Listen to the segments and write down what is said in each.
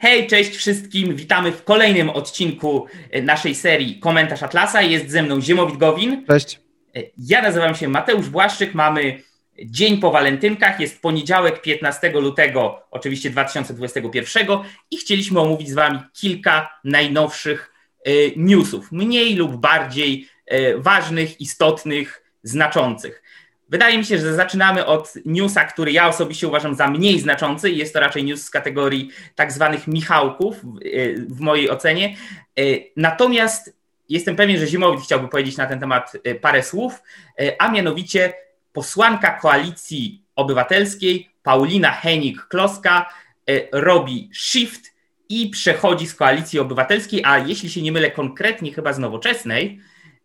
Hej, cześć wszystkim, witamy w kolejnym odcinku naszej serii Komentarz Atlasa. Jest ze mną Ziemowit Gowin. Cześć. Ja nazywam się Mateusz Błaszczyk, mamy dzień po walentynkach, jest poniedziałek 15 lutego, oczywiście 2021 i chcieliśmy omówić z wami kilka najnowszych newsów, mniej lub bardziej ważnych, istotnych, znaczących. Wydaje mi się, że zaczynamy od newsa, który ja osobiście uważam za mniej znaczący. Jest to raczej news z kategorii tak zwanych Michałków w mojej ocenie. Natomiast jestem pewien, że Zimowit chciałby powiedzieć na ten temat parę słów, a mianowicie posłanka Koalicji Obywatelskiej Paulina Hennig-Kloska robi shift i przechodzi z Koalicji Obywatelskiej, a jeśli się nie mylę konkretnie chyba z Nowoczesnej,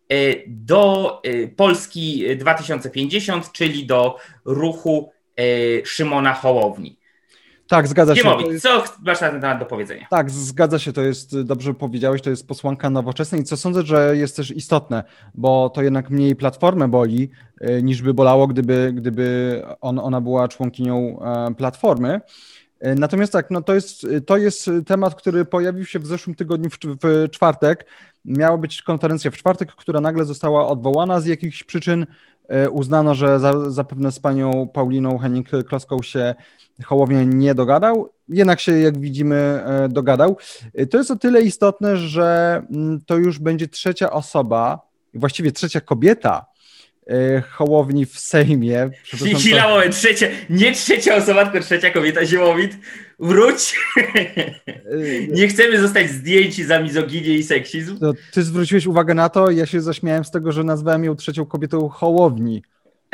do Polski 2050, czyli do ruchu Szymona Hołowni. Tak, zgadza się. Ziemowit, co masz na ten temat do powiedzenia? Tak, zgadza się, to jest, dobrze powiedziałeś, to jest posłanka Nowoczesnej i co sądzę, że jest też istotne, bo to jednak mniej Platformę boli, niż by bolało, gdyby ona była członkinią Platformy. Natomiast tak, no to jest temat, który pojawił się w zeszłym tygodniu w czwartek. Miała być konferencja w czwartek, która nagle została odwołana z jakichś przyczyn. Uznano, że zapewne z panią Pauliną Hennig-Kloską się Hołownia nie dogadał, jednak się, jak widzimy, dogadał. To jest o tyle istotne, że to już będzie trzecia osoba, właściwie trzecia kobieta Hołowni w Sejmie. Chwila, moment, nie trzecia osoba, tylko trzecia kobieta. Ziemowit, wróć. Nie chcemy zostać zdjęci za mizoginię i seksizm. To ty zwróciłeś uwagę na to, ja się zaśmiałem z tego, że nazwałem ją trzecią kobietą Hołowni.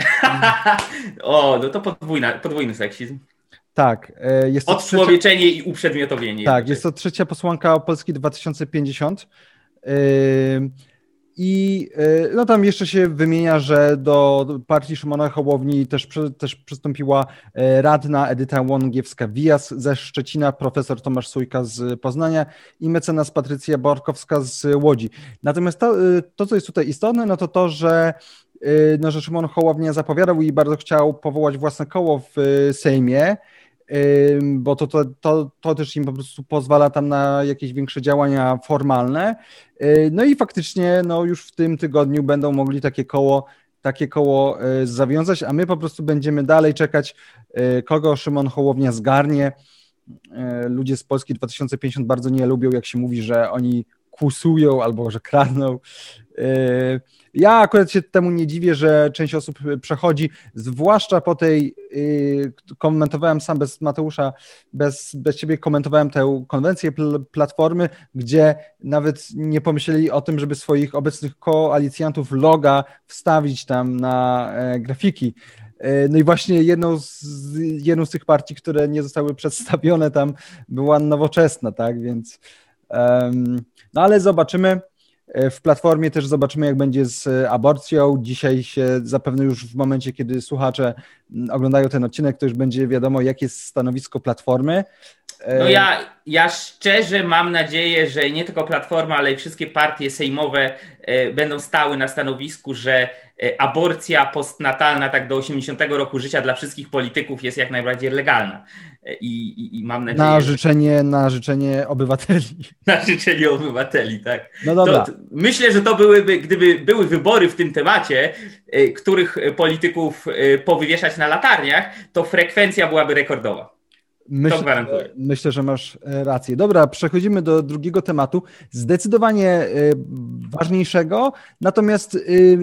O, no to podwójny seksizm. Tak. Jest to odczłowieczenie i uprzedmiotowienie. Tak, jest to trzecia posłanka Polski 2050. I no tam jeszcze się wymienia, że do partii Szymona Hołowni też przystąpiła radna Edyta Łągiewska-Wijas ze Szczecina, profesor Tomasz Sójka z Poznania i mecenas Patrycja Borkowska z Łodzi. Natomiast to co jest tutaj istotne, no to, że Szymon Hołownia zapowiadał i bardzo chciał powołać własne koło w Sejmie, bo to też im po prostu pozwala tam na jakieś większe działania formalne. No i faktycznie już w tym tygodniu będą mogli takie koło zawiązać, a my po prostu będziemy dalej czekać, kogo Szymon Hołownia zgarnie. Ludzie z Polski 2050 bardzo nie lubią, jak się mówi, że oni kłusują albo że kradną. Ja akurat się temu nie dziwię, że część osób przechodzi, zwłaszcza po tej, komentowałem sam bez Mateusza, bez ciebie komentowałem tę konwencję Platformy, gdzie nawet nie pomyśleli o tym, żeby swoich obecnych koalicjantów loga wstawić tam na grafiki. No i właśnie jedną z tych partii, które nie zostały przedstawione tam, była Nowoczesna, tak, więc no ale zobaczymy. W Platformie też zobaczymy, jak będzie z aborcją. Dzisiaj się zapewne już w momencie, kiedy słuchacze oglądają ten odcinek, to już będzie wiadomo, jakie jest stanowisko Platformy. No ja szczerze mam nadzieję, że nie tylko Platforma, ale i wszystkie partie sejmowe będą stały na stanowisku, że aborcja postnatalna tak do 80 roku życia dla wszystkich polityków jest jak najbardziej legalna. I mam nadzieję, na życzenie obywateli. Na życzenie obywateli, tak. No dobra. Myślę, że to byłyby, gdyby były wybory w tym temacie, których polityków powywieszać na latarniach, to frekwencja byłaby rekordowa. Myślę, że masz rację. Dobra, przechodzimy do drugiego tematu, zdecydowanie ważniejszego, natomiast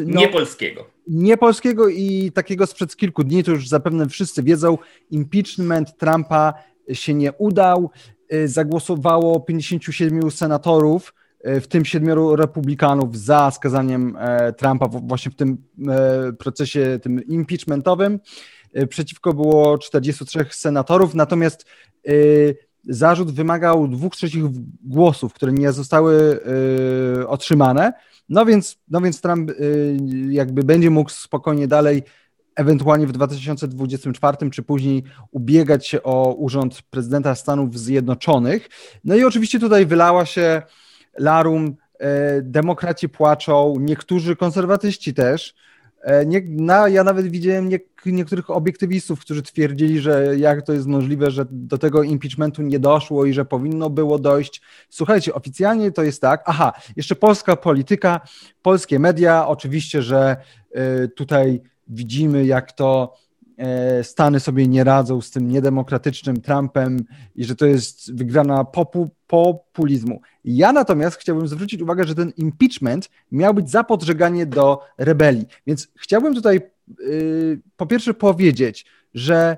nie polskiego i takiego sprzed kilku dni, to już zapewne wszyscy wiedzą, impeachment Trumpa się nie udał, zagłosowało 57 senatorów, w tym 7 republikanów za skazaniem Trumpa właśnie w tym procesie tym impeachmentowym. Przeciwko było 43 senatorów, natomiast zarzut wymagał 2/3 głosów, które nie zostały otrzymane. No więc Trump jakby będzie mógł spokojnie dalej, ewentualnie w 2024 czy później ubiegać się o urząd prezydenta Stanów Zjednoczonych. No i oczywiście tutaj wylała się larum, demokraci płaczą, niektórzy konserwatyści też. Ja nawet widziałem niektórych obiektywistów, którzy twierdzili, że jak to jest możliwe, że do tego impeachmentu nie doszło i że powinno było dojść. Słuchajcie, oficjalnie to jest tak, jeszcze polska polityka, polskie media, oczywiście, że tutaj widzimy, jak to Stany sobie nie radzą z tym niedemokratycznym Trumpem i że to jest wygrana populizmu. Ja natomiast chciałbym zwrócić uwagę, że ten impeachment miał być za podżeganie do rebelii. Więc chciałbym tutaj po pierwsze powiedzieć, że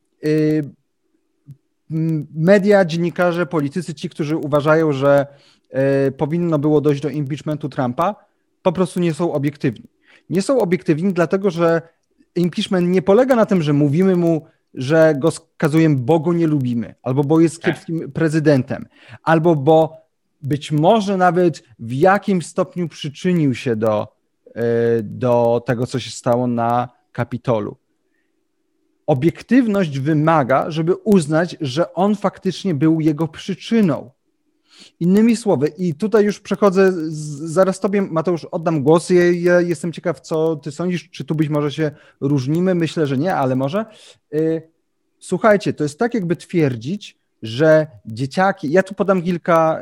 media, dziennikarze, politycy, ci, którzy uważają, że powinno było dojść do impeachmentu Trumpa, po prostu nie są obiektywni. Nie są obiektywni, dlatego że impeachment nie polega na tym, że mówimy mu, że go skazujemy, bo go nie lubimy, albo bo jest kiepskim prezydentem, albo bo być może nawet w jakimś stopniu przyczynił się do tego, co się stało na Kapitolu. Obiektywność wymaga, żeby uznać, że on faktycznie był jego przyczyną. Innymi słowy, i tutaj już przechodzę, zaraz tobie, Mateusz, oddam głos. Ja jestem ciekaw, co ty sądzisz, czy tu być może się różnimy, myślę, że nie, ale może. Słuchajcie, to jest tak jakby twierdzić, że dzieciaki, ja tu podam kilka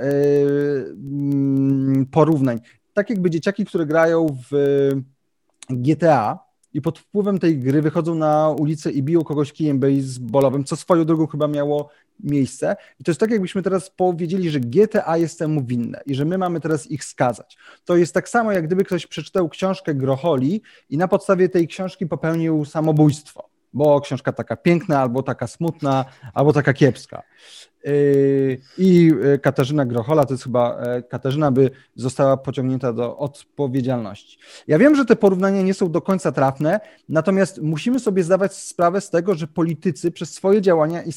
porównań, tak jakby dzieciaki, które grają w GTA i pod wpływem tej gry wychodzą na ulicę i biją kogoś kijem baseballowym, co swoją drogą chyba miało miejsce. I to jest tak, jakbyśmy teraz powiedzieli, że GTA jest temu winne i że my mamy teraz ich skazać. To jest tak samo, jak gdyby ktoś przeczytał książkę Grocholi i na podstawie tej książki popełnił samobójstwo, bo książka taka piękna, albo taka smutna, albo taka kiepska. I Katarzyna Grochola, to jest chyba Katarzyna, by została pociągnięta do odpowiedzialności. Ja wiem, że te porównania nie są do końca trafne, natomiast musimy sobie zdawać sprawę z tego, że politycy przez swoje działania i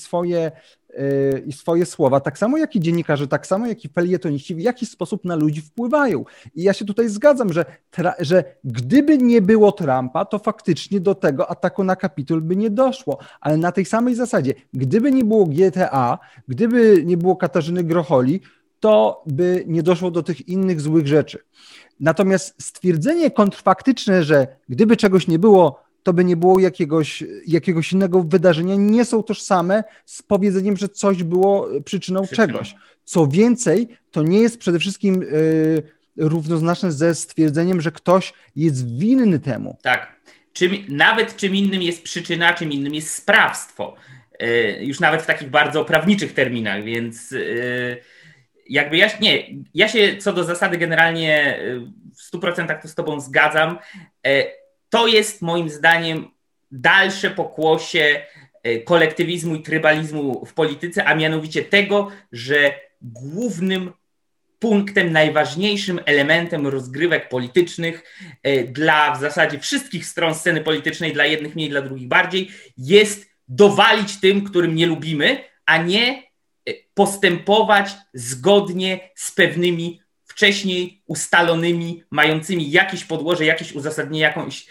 swoje słowa, tak samo jak i dziennikarze, tak samo jak i felietoniści, w jakiś sposób na ludzi wpływają. I ja się tutaj zgadzam, że gdyby nie było Trumpa, to faktycznie do tego ataku na Kapitol by nie doszło. Ale na tej samej zasadzie, gdyby nie było GTA, gdyby nie było Katarzyny Grocholi, to by nie doszło do tych innych złych rzeczy. Natomiast stwierdzenie kontrfaktyczne, że gdyby czegoś nie było, to by nie było jakiegoś innego wydarzenia, nie są tożsame z powiedzeniem, że coś było przyczyną czegoś. Co więcej, to nie jest przede wszystkim równoznaczne ze stwierdzeniem, że ktoś jest winny temu. Tak. Nawet czym innym jest przyczyna, czym innym jest sprawstwo. Już nawet w takich bardzo prawniczych terminach, więc jakby ja się co do zasady generalnie w 100% tu z tobą zgadzam. To jest moim zdaniem dalsze pokłosie kolektywizmu i trybalizmu w polityce, a mianowicie tego, że głównym punktem, najważniejszym elementem rozgrywek politycznych dla w zasadzie wszystkich stron sceny politycznej, dla jednych mniej, dla drugich bardziej, jest dowalić tym, którym nie lubimy, a nie postępować zgodnie z pewnymi wcześniej ustalonymi, mającymi jakieś podłoże, jakieś uzasadnienie, jakąś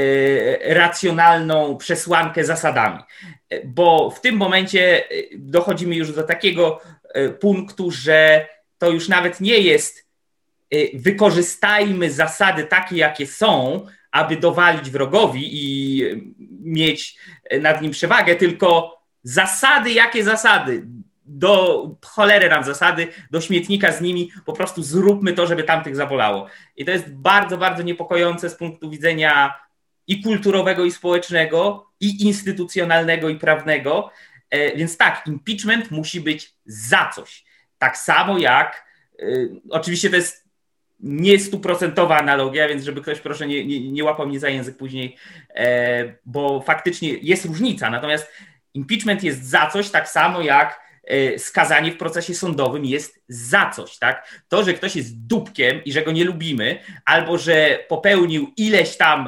racjonalną przesłankę zasadami. Bo w tym momencie dochodzimy już do takiego punktu, że to już nawet nie jest wykorzystajmy zasady takie, jakie są, aby dowalić wrogowi i mieć nad nim przewagę, tylko zasady, jakie zasady? Do cholery nam zasady, do śmietnika z nimi, po prostu zróbmy to, żeby tamtych zabolało. I to jest bardzo, bardzo niepokojące z punktu widzenia i kulturowego, i społecznego, i instytucjonalnego, i prawnego. Więc tak, impeachment musi być za coś. Tak samo jak, oczywiście to jest nie 100% analogia, więc żeby ktoś proszę nie łapał mnie za język później, bo faktycznie jest różnica. Natomiast impeachment jest za coś, tak samo jak skazanie w procesie sądowym jest za coś, tak? To, że ktoś jest dupkiem i że go nie lubimy, albo że popełnił ileś tam,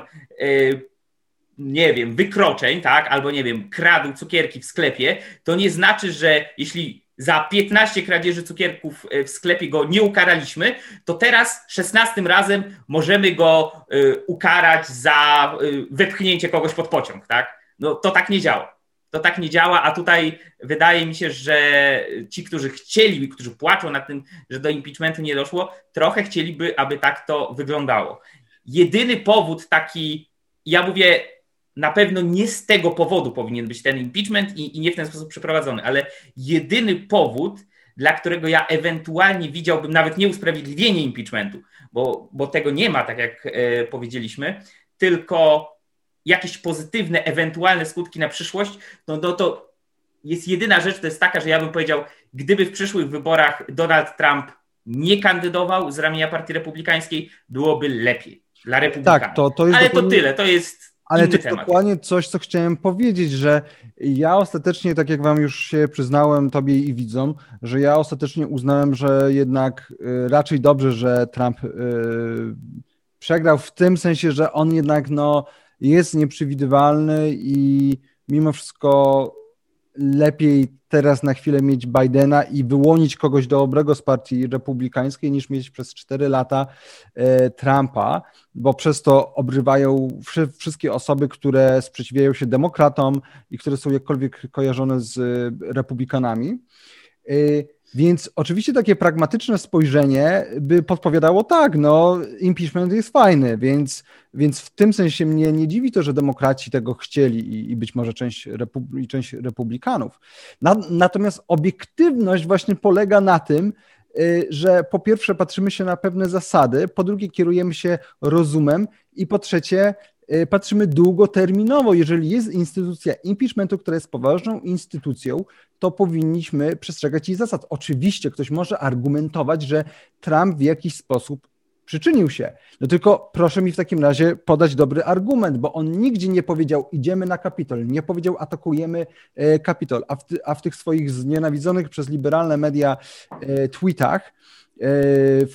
nie wiem, wykroczeń, tak? Albo nie wiem, kradł cukierki w sklepie, to nie znaczy, że jeśli za 15 kradzieży cukierków w sklepie go nie ukaraliśmy, to teraz 16 razem możemy go ukarać za wepchnięcie kogoś pod pociąg, tak? No to tak nie działa. To tak nie działa, a tutaj wydaje mi się, że ci, którzy chcieli, którzy płaczą nad tym, że do impeachmentu nie doszło, trochę chcieliby, aby tak to wyglądało. Jedyny powód taki ja mówię, na pewno nie z tego powodu powinien być ten impeachment i nie w ten sposób przeprowadzony, ale jedyny powód, dla którego ja ewentualnie widziałbym nawet nie usprawiedliwienie impeachmentu, bo tego nie ma, tak jak powiedzieliśmy, tylko jakieś pozytywne, ewentualne skutki na przyszłość, no to jest jedyna rzecz, to jest taka, że ja bym powiedział, gdyby w przyszłych wyborach Donald Trump nie kandydował z ramienia Partii Republikańskiej, byłoby lepiej dla Republikanów. Tak, to jest ale to tyle, to jest ale inny to temat. Dokładnie coś, co chciałem powiedzieć, że ja ostatecznie, tak jak wam już się przyznałem, tobie i widzom, że ja ostatecznie uznałem, że jednak raczej dobrze, że Trump przegrał w tym sensie, że on jednak jest nieprzewidywalny i mimo wszystko lepiej teraz na chwilę mieć Bidena i wyłonić kogoś dobrego z partii republikańskiej niż mieć przez 4 lata Trumpa, bo przez to obrywają wszystkie osoby, które sprzeciwiają się demokratom i które są jakkolwiek kojarzone z republikanami. Więc oczywiście takie pragmatyczne spojrzenie by podpowiadało tak, impeachment jest fajny, więc w tym sensie mnie nie dziwi to, że demokraci tego chcieli i być może część republikanów. Natomiast obiektywność właśnie polega na tym, że po pierwsze patrzymy się na pewne zasady, po drugie kierujemy się rozumem i po trzecie patrzymy długoterminowo. Jeżeli jest instytucja impeachmentu, która jest poważną instytucją, to powinniśmy przestrzegać jej zasad. Oczywiście ktoś może argumentować, że Trump w jakiś sposób przyczynił się. No tylko proszę mi w takim razie podać dobry argument, bo on nigdzie nie powiedział idziemy na Kapitol, nie powiedział atakujemy Kapitol, a w tych swoich znienawidzonych przez liberalne media tweetach, w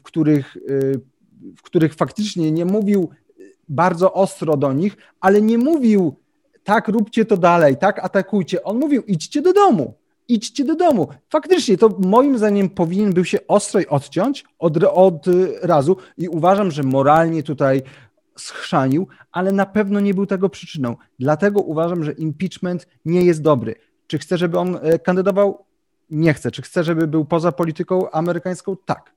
których faktycznie nie mówił bardzo ostro do nich, ale nie mówił tak róbcie to dalej, tak atakujcie. On mówił idźcie do domu. Idźcie do domu. Faktycznie to moim zdaniem powinien był się ostro odciąć od razu i uważam, że moralnie tutaj schrzanił, ale na pewno nie był tego przyczyną. Dlatego uważam, że impeachment nie jest dobry. Czy chcę, żeby on kandydował? Nie chcę. Czy chcę, żeby był poza polityką amerykańską? Tak.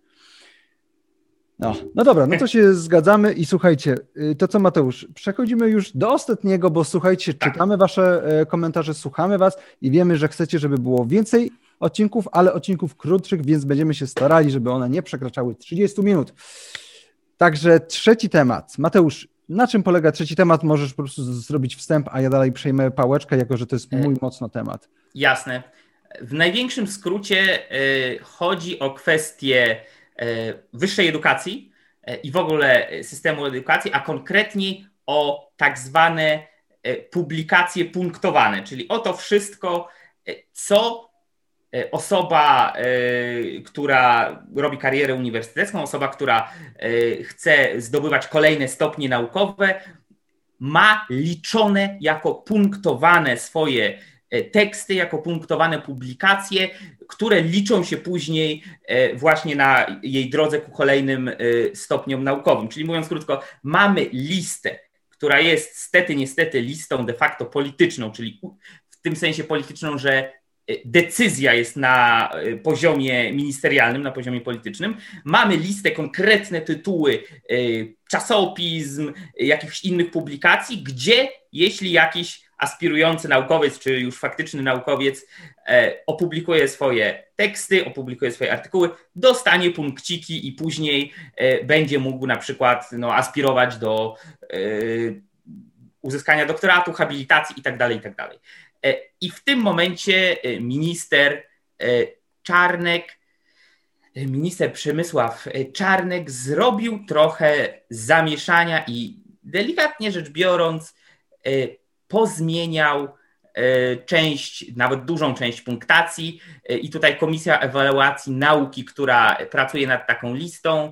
No dobra, to się zgadzamy i słuchajcie, to co Mateusz, przechodzimy już do ostatniego, bo słuchajcie, czytamy wasze komentarze, słuchamy was i wiemy, że chcecie, żeby było więcej odcinków, ale odcinków krótszych, więc będziemy się starali, żeby one nie przekraczały 30 minut. Także trzeci temat. Mateusz, na czym polega trzeci temat? Możesz po prostu zrobić wstęp, a ja dalej przejmę pałeczkę, jako że to jest mój mocno temat. Jasne. W największym skrócie chodzi o kwestię wyższej edukacji i w ogóle systemu edukacji, a konkretnie o tak zwane publikacje punktowane, czyli o to wszystko, co osoba, która robi karierę uniwersytecką, osoba, która chce zdobywać kolejne stopnie naukowe, ma liczone jako punktowane swoje teksty, jako punktowane publikacje, które liczą się później właśnie na jej drodze ku kolejnym stopniom naukowym. Czyli mówiąc krótko, mamy listę, która jest stety, niestety listą de facto polityczną, czyli w tym sensie polityczną, że decyzja jest na poziomie ministerialnym, na poziomie politycznym. Mamy listę, konkretne tytuły czasopism, jakichś innych publikacji, gdzie jeśli jakiś aspirujący naukowiec, czy już faktyczny naukowiec opublikuje swoje teksty, opublikuje swoje artykuły, dostanie punkciki i później będzie mógł na przykład aspirować do uzyskania doktoratu, habilitacji itd. I w tym momencie minister Przemysław Czarnek zrobił trochę zamieszania i delikatnie rzecz biorąc pozmieniał część, nawet dużą część punktacji i tutaj Komisja Ewaluacji Nauki, która pracuje nad taką listą,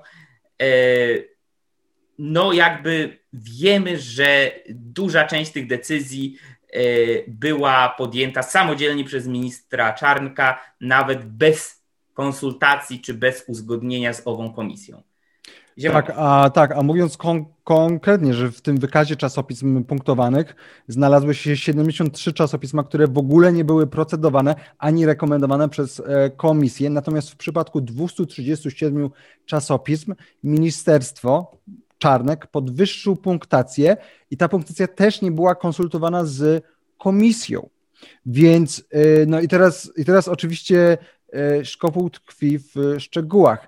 jakby wiemy, że duża część tych decyzji była podjęta samodzielnie przez ministra Czarnka, nawet bez konsultacji czy bez uzgodnienia z ową komisją. A mówiąc konkretnie, że w tym wykazie czasopism punktowanych znalazły się 73 czasopisma, które w ogóle nie były procedowane ani rekomendowane przez komisję, natomiast w przypadku 237 czasopism ministerstwo, Czarnek podwyższył punktację i ta punktacja też nie była konsultowana z komisją. Więc no i teraz oczywiście szkopuł tkwi w szczegółach.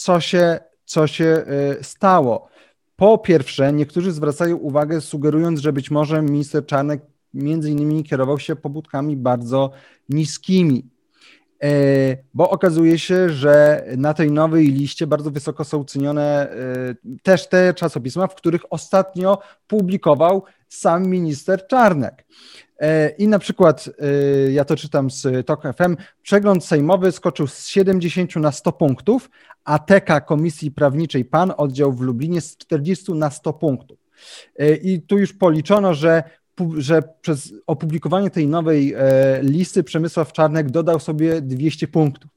Co się stało? Po pierwsze, niektórzy zwracają uwagę, sugerując, że być może minister Czarnek między innymi kierował się pobudkami bardzo niskimi, bo okazuje się, że na tej nowej liście bardzo wysoko są cenione też te czasopisma, w których ostatnio publikował sam minister Czarnek. I na przykład, ja to czytam z TOK FM, przegląd sejmowy skoczył z 70 na 100 punktów, a TK Komisji Prawniczej PAN, oddział w Lublinie, z 40 na 100 punktów. I tu już policzono, że przez opublikowanie tej nowej listy Przemysław Czarnek dodał sobie 200 punktów.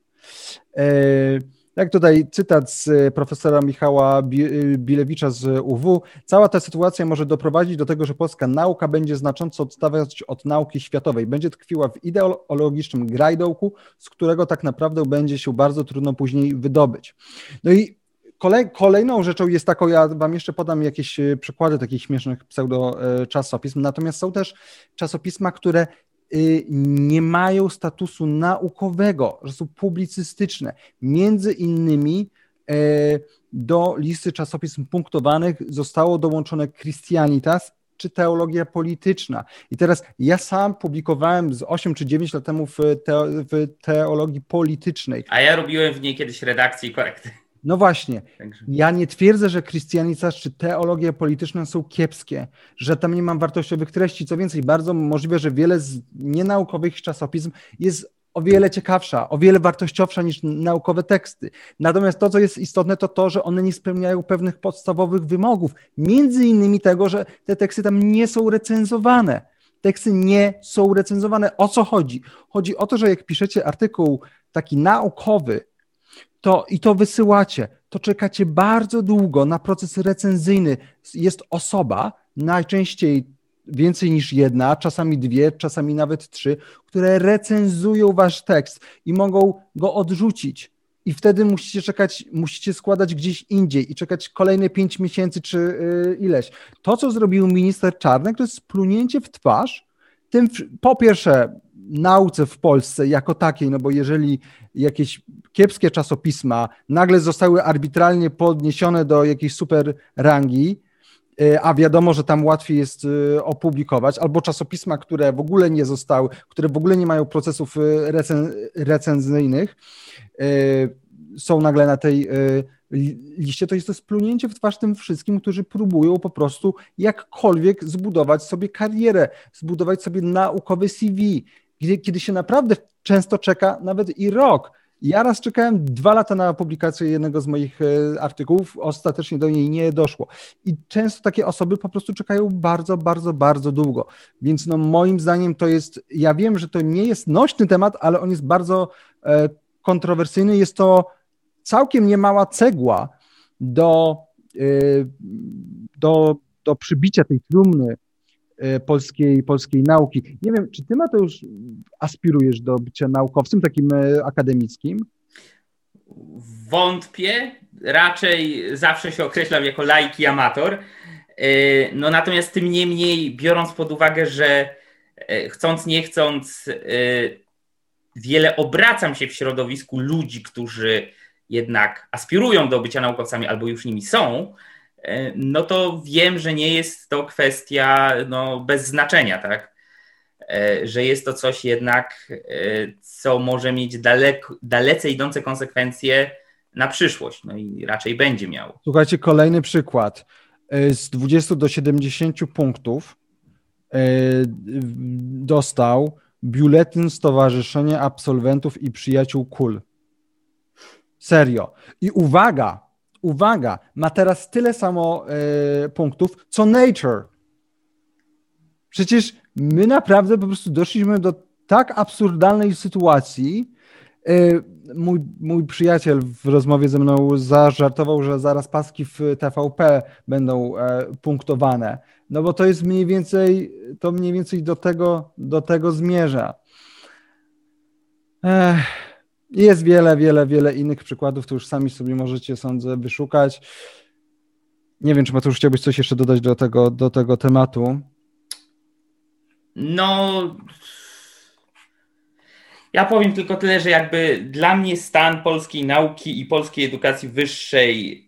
Jak tutaj cytat z profesora Michała Bilewicza z UW. Cała ta sytuacja może doprowadzić do tego, że polska nauka będzie znacząco odstawać od nauki światowej. Będzie tkwiła w ideologicznym grajdołku, z którego tak naprawdę będzie się bardzo trudno później wydobyć. No i kolejną rzeczą jest taką, ja wam jeszcze podam jakieś przykłady takich śmiesznych pseudo-czasopism, natomiast są też czasopisma, które nie mają statusu naukowego, że są publicystyczne. Między innymi do listy czasopism punktowanych zostało dołączone Christianitas czy Teologia Polityczna. I teraz ja sam publikowałem z 8 czy 9 lat temu w Teologii Politycznej. A ja robiłem w niej kiedyś redakcję i korekty. No właśnie, ja nie twierdzę, że Christianitas czy Teologia Polityczna są kiepskie, że tam nie mam wartościowych treści. Co więcej, bardzo możliwe, że wiele z nienaukowych czasopism jest o wiele ciekawsza, o wiele wartościowsza niż naukowe teksty. Natomiast to, co jest istotne, to to, że one nie spełniają pewnych podstawowych wymogów. Między innymi tego, że te teksty tam nie są recenzowane. Teksty nie są recenzowane. O co chodzi? Chodzi o to, że jak piszecie artykuł taki naukowy, to wysyłacie, to czekacie bardzo długo na proces recenzyjny. Jest osoba, najczęściej więcej niż jedna, czasami dwie, czasami nawet trzy, które recenzują wasz tekst i mogą go odrzucić. I wtedy musicie czekać, musicie składać gdzieś indziej i czekać kolejne 5 miesięcy czy ileś. To, co zrobił minister Czarnek, to jest splunięcie w twarz tym, po pierwsze, nauce w Polsce jako takiej, no bo jeżeli jakieś kiepskie czasopisma nagle zostały arbitralnie podniesione do jakiejś super rangi, a wiadomo, że tam łatwiej jest opublikować, albo czasopisma, które w ogóle nie zostały, które w ogóle nie mają procesów recenzyjnych, są nagle na tej liście, to jest to splunięcie w twarz tym wszystkim, którzy próbują po prostu jakkolwiek zbudować sobie karierę, zbudować sobie naukowy CV, kiedy się naprawdę często czeka nawet i rok. Ja raz czekałem 2 lata na publikację jednego z moich artykułów, ostatecznie do niej nie doszło. I często takie osoby po prostu czekają bardzo, bardzo, bardzo długo. Więc no moim zdaniem to jest, ja wiem, że to nie jest nośny temat, ale on jest bardzo kontrowersyjny. Jest to całkiem niemała cegła do przybicia tej trumny polskiej nauki. Nie wiem, czy ty, Mateusz, aspirujesz do bycia naukowcem takim akademickim? Wątpię. Raczej zawsze się określam jako laik i amator. No natomiast tym niemniej, biorąc pod uwagę, że chcąc nie chcąc wiele obracam się w środowisku ludzi, którzy jednak aspirują do bycia naukowcami albo już nimi są, no to wiem, że nie jest to kwestia bez znaczenia, tak? Że jest to coś jednak, co może mieć dalece idące konsekwencje na przyszłość, no i raczej będzie miało. Słuchajcie, kolejny przykład. Z 20 do 70 punktów dostał biuletyn Stowarzyszenia Absolwentów i Przyjaciół KUL. Serio. I uwaga, ma teraz tyle samo punktów, co Nature. Przecież my naprawdę po prostu doszliśmy do tak absurdalnej sytuacji. Mój przyjaciel w rozmowie ze mną zażartował, że zaraz paski w TVP będą punktowane. No bo to jest mniej więcej do tego zmierza. Jest wiele innych przykładów, to już sami sobie możecie, sądzę, wyszukać. Nie wiem, czy Mateusz chciałbyś coś jeszcze dodać do tego tematu? No, ja powiem tylko tyle, że jakby dla mnie stan polskiej nauki i polskiej edukacji wyższej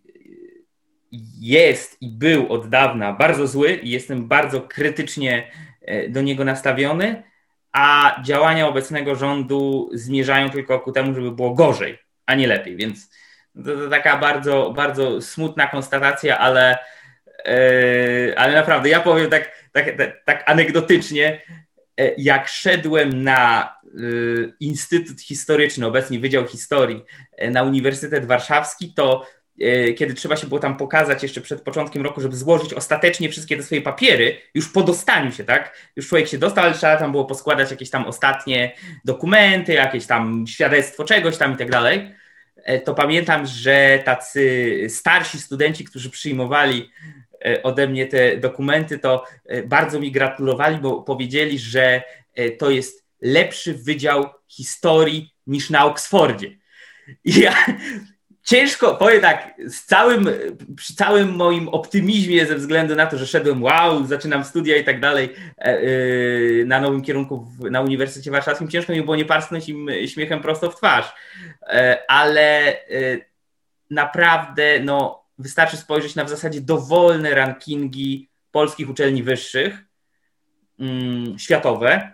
jest i był od dawna bardzo zły i jestem bardzo krytycznie do niego nastawiony, a działania obecnego rządu zmierzają tylko ku temu, żeby było gorzej, a nie lepiej, więc to taka bardzo, bardzo smutna konstatacja, ale naprawdę ja powiem tak anegdotycznie, jak szedłem na Instytut Historyczny, obecnie Wydział Historii na Uniwersytet Warszawski, to kiedy trzeba się było tam pokazać jeszcze przed początkiem roku, żeby złożyć ostatecznie wszystkie te swoje papiery, już po dostaniu się, tak? Już człowiek się dostał, ale trzeba tam było poskładać jakieś tam ostatnie dokumenty, jakieś tam świadectwo czegoś tam i tak dalej. To pamiętam, że tacy starsi studenci, którzy przyjmowali ode mnie te dokumenty, to bardzo mi gratulowali, bo powiedzieli, że to jest lepszy wydział historii niż na Oksfordzie. I ja ciężko, powiem tak, przy całym moim optymizmie ze względu na to, że szedłem, zaczynam studia i tak dalej na nowym kierunku na Uniwersytecie Warszawskim, ciężko mi było nie parsknąć im śmiechem prosto w twarz. Ale naprawdę wystarczy spojrzeć na w zasadzie dowolne rankingi polskich uczelni wyższych, światowe,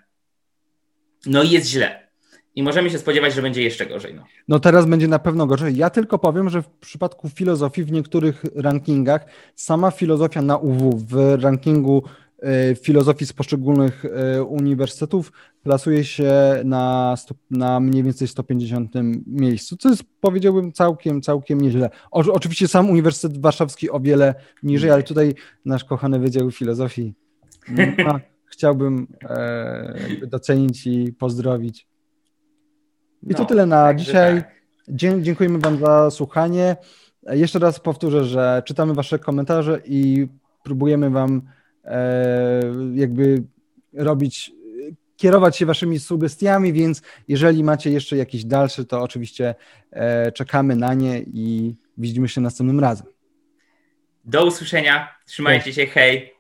i jest źle. I możemy się spodziewać, że będzie jeszcze gorzej. No teraz będzie na pewno gorzej. Ja tylko powiem, że w przypadku filozofii w niektórych rankingach sama filozofia na UW w rankingu filozofii z poszczególnych uniwersytetów plasuje się na mniej więcej 150 miejscu, co jest, powiedziałbym, całkiem nieźle. Oczywiście sam Uniwersytet Warszawski o wiele niżej, ale tutaj nasz kochany Wydział Filozofii chciałbym docenić i pozdrowić. I to tyle na dzisiaj. Tak. Dziękujemy Wam za słuchanie. Jeszcze raz powtórzę, że czytamy Wasze komentarze i próbujemy Wam kierować się Waszymi sugestiami, więc jeżeli macie jeszcze jakieś dalsze, to oczywiście czekamy na nie i widzimy się następnym razem. Do usłyszenia. Trzymajcie się. Hej.